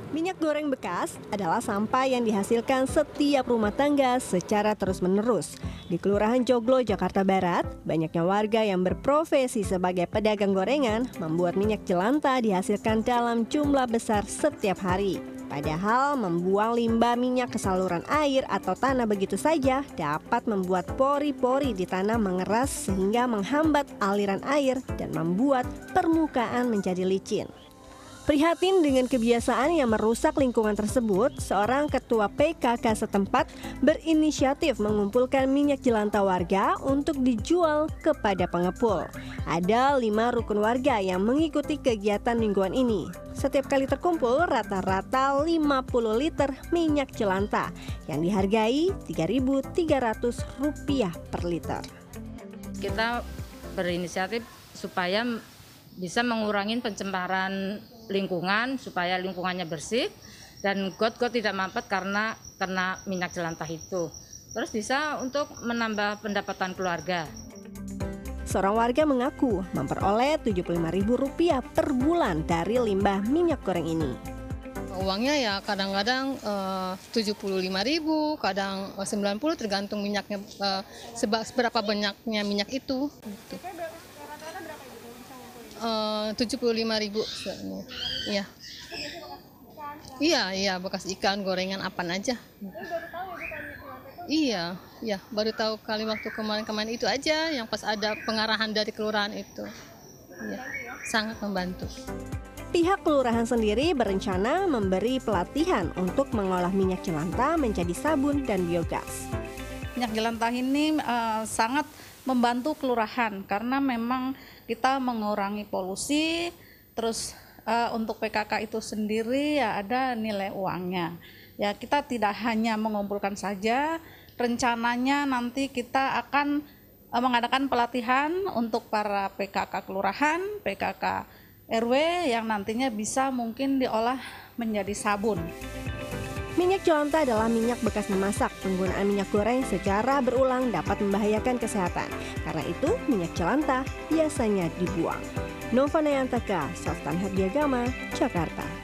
Minyak goreng bekas adalah sampah yang dihasilkan setiap rumah tangga secara terus-menerus. Di Kelurahan Joglo, Jakarta Barat, banyaknya warga yang berprofesi sebagai pedagang gorengan membuat minyak jelantah dihasilkan dalam jumlah besar setiap hari. Padahal membuang limbah minyak ke saluran air atau tanah begitu saja dapat membuat pori-pori di tanah mengeras sehingga menghambat aliran air dan membuat permukaan menjadi licin. Prihatin dengan kebiasaan yang merusak lingkungan tersebut, seorang ketua PKK setempat berinisiatif mengumpulkan minyak jelantah warga untuk dijual kepada pengepul. Ada 5 rukun warga yang mengikuti kegiatan mingguan ini. Setiap kali terkumpul rata-rata 50 liter minyak jelantah yang dihargai Rp3.300 per liter. Kita berinisiatif supaya bisa mengurangi pencemaran lingkungan, supaya lingkungannya bersih dan got-got tidak mampet karena kena minyak jelantah itu. Terus bisa untuk menambah pendapatan keluarga. Seorang warga mengaku memperoleh Rp75.000 per bulan dari limbah minyak goreng ini. Uangnya ya kadang-kadang 75.000, kadang 90, tergantung minyaknya, seberapa banyaknya minyak itu. Gitu. 75.000 sebenarnya. Iya. Iya, bekas ikan, gorengan apaan aja. Iya, baru tahu kali waktu kemarin itu aja yang pas ada pengarahan dari kelurahan itu. Iya, sangat membantu. Pihak kelurahan sendiri berencana memberi pelatihan untuk mengolah minyak jelantah menjadi sabun dan biogas. Minyak jelantah ini sangat membantu kelurahan karena memang kita mengurangi polusi, terus untuk PKK itu sendiri ya ada nilai uangnya. Ya kita tidak hanya mengumpulkan saja, rencananya nanti kita akan mengadakan pelatihan untuk para PKK kelurahan, PKK RW yang nantinya bisa mungkin diolah menjadi sabun. Minyak jelantah adalah minyak bekas memasak. Penggunaan minyak goreng secara berulang dapat membahayakan kesehatan. Karena itu, minyak jelantah biasanya dibuang. Nova Nayantaka, Softan Herdiagama, Jakarta.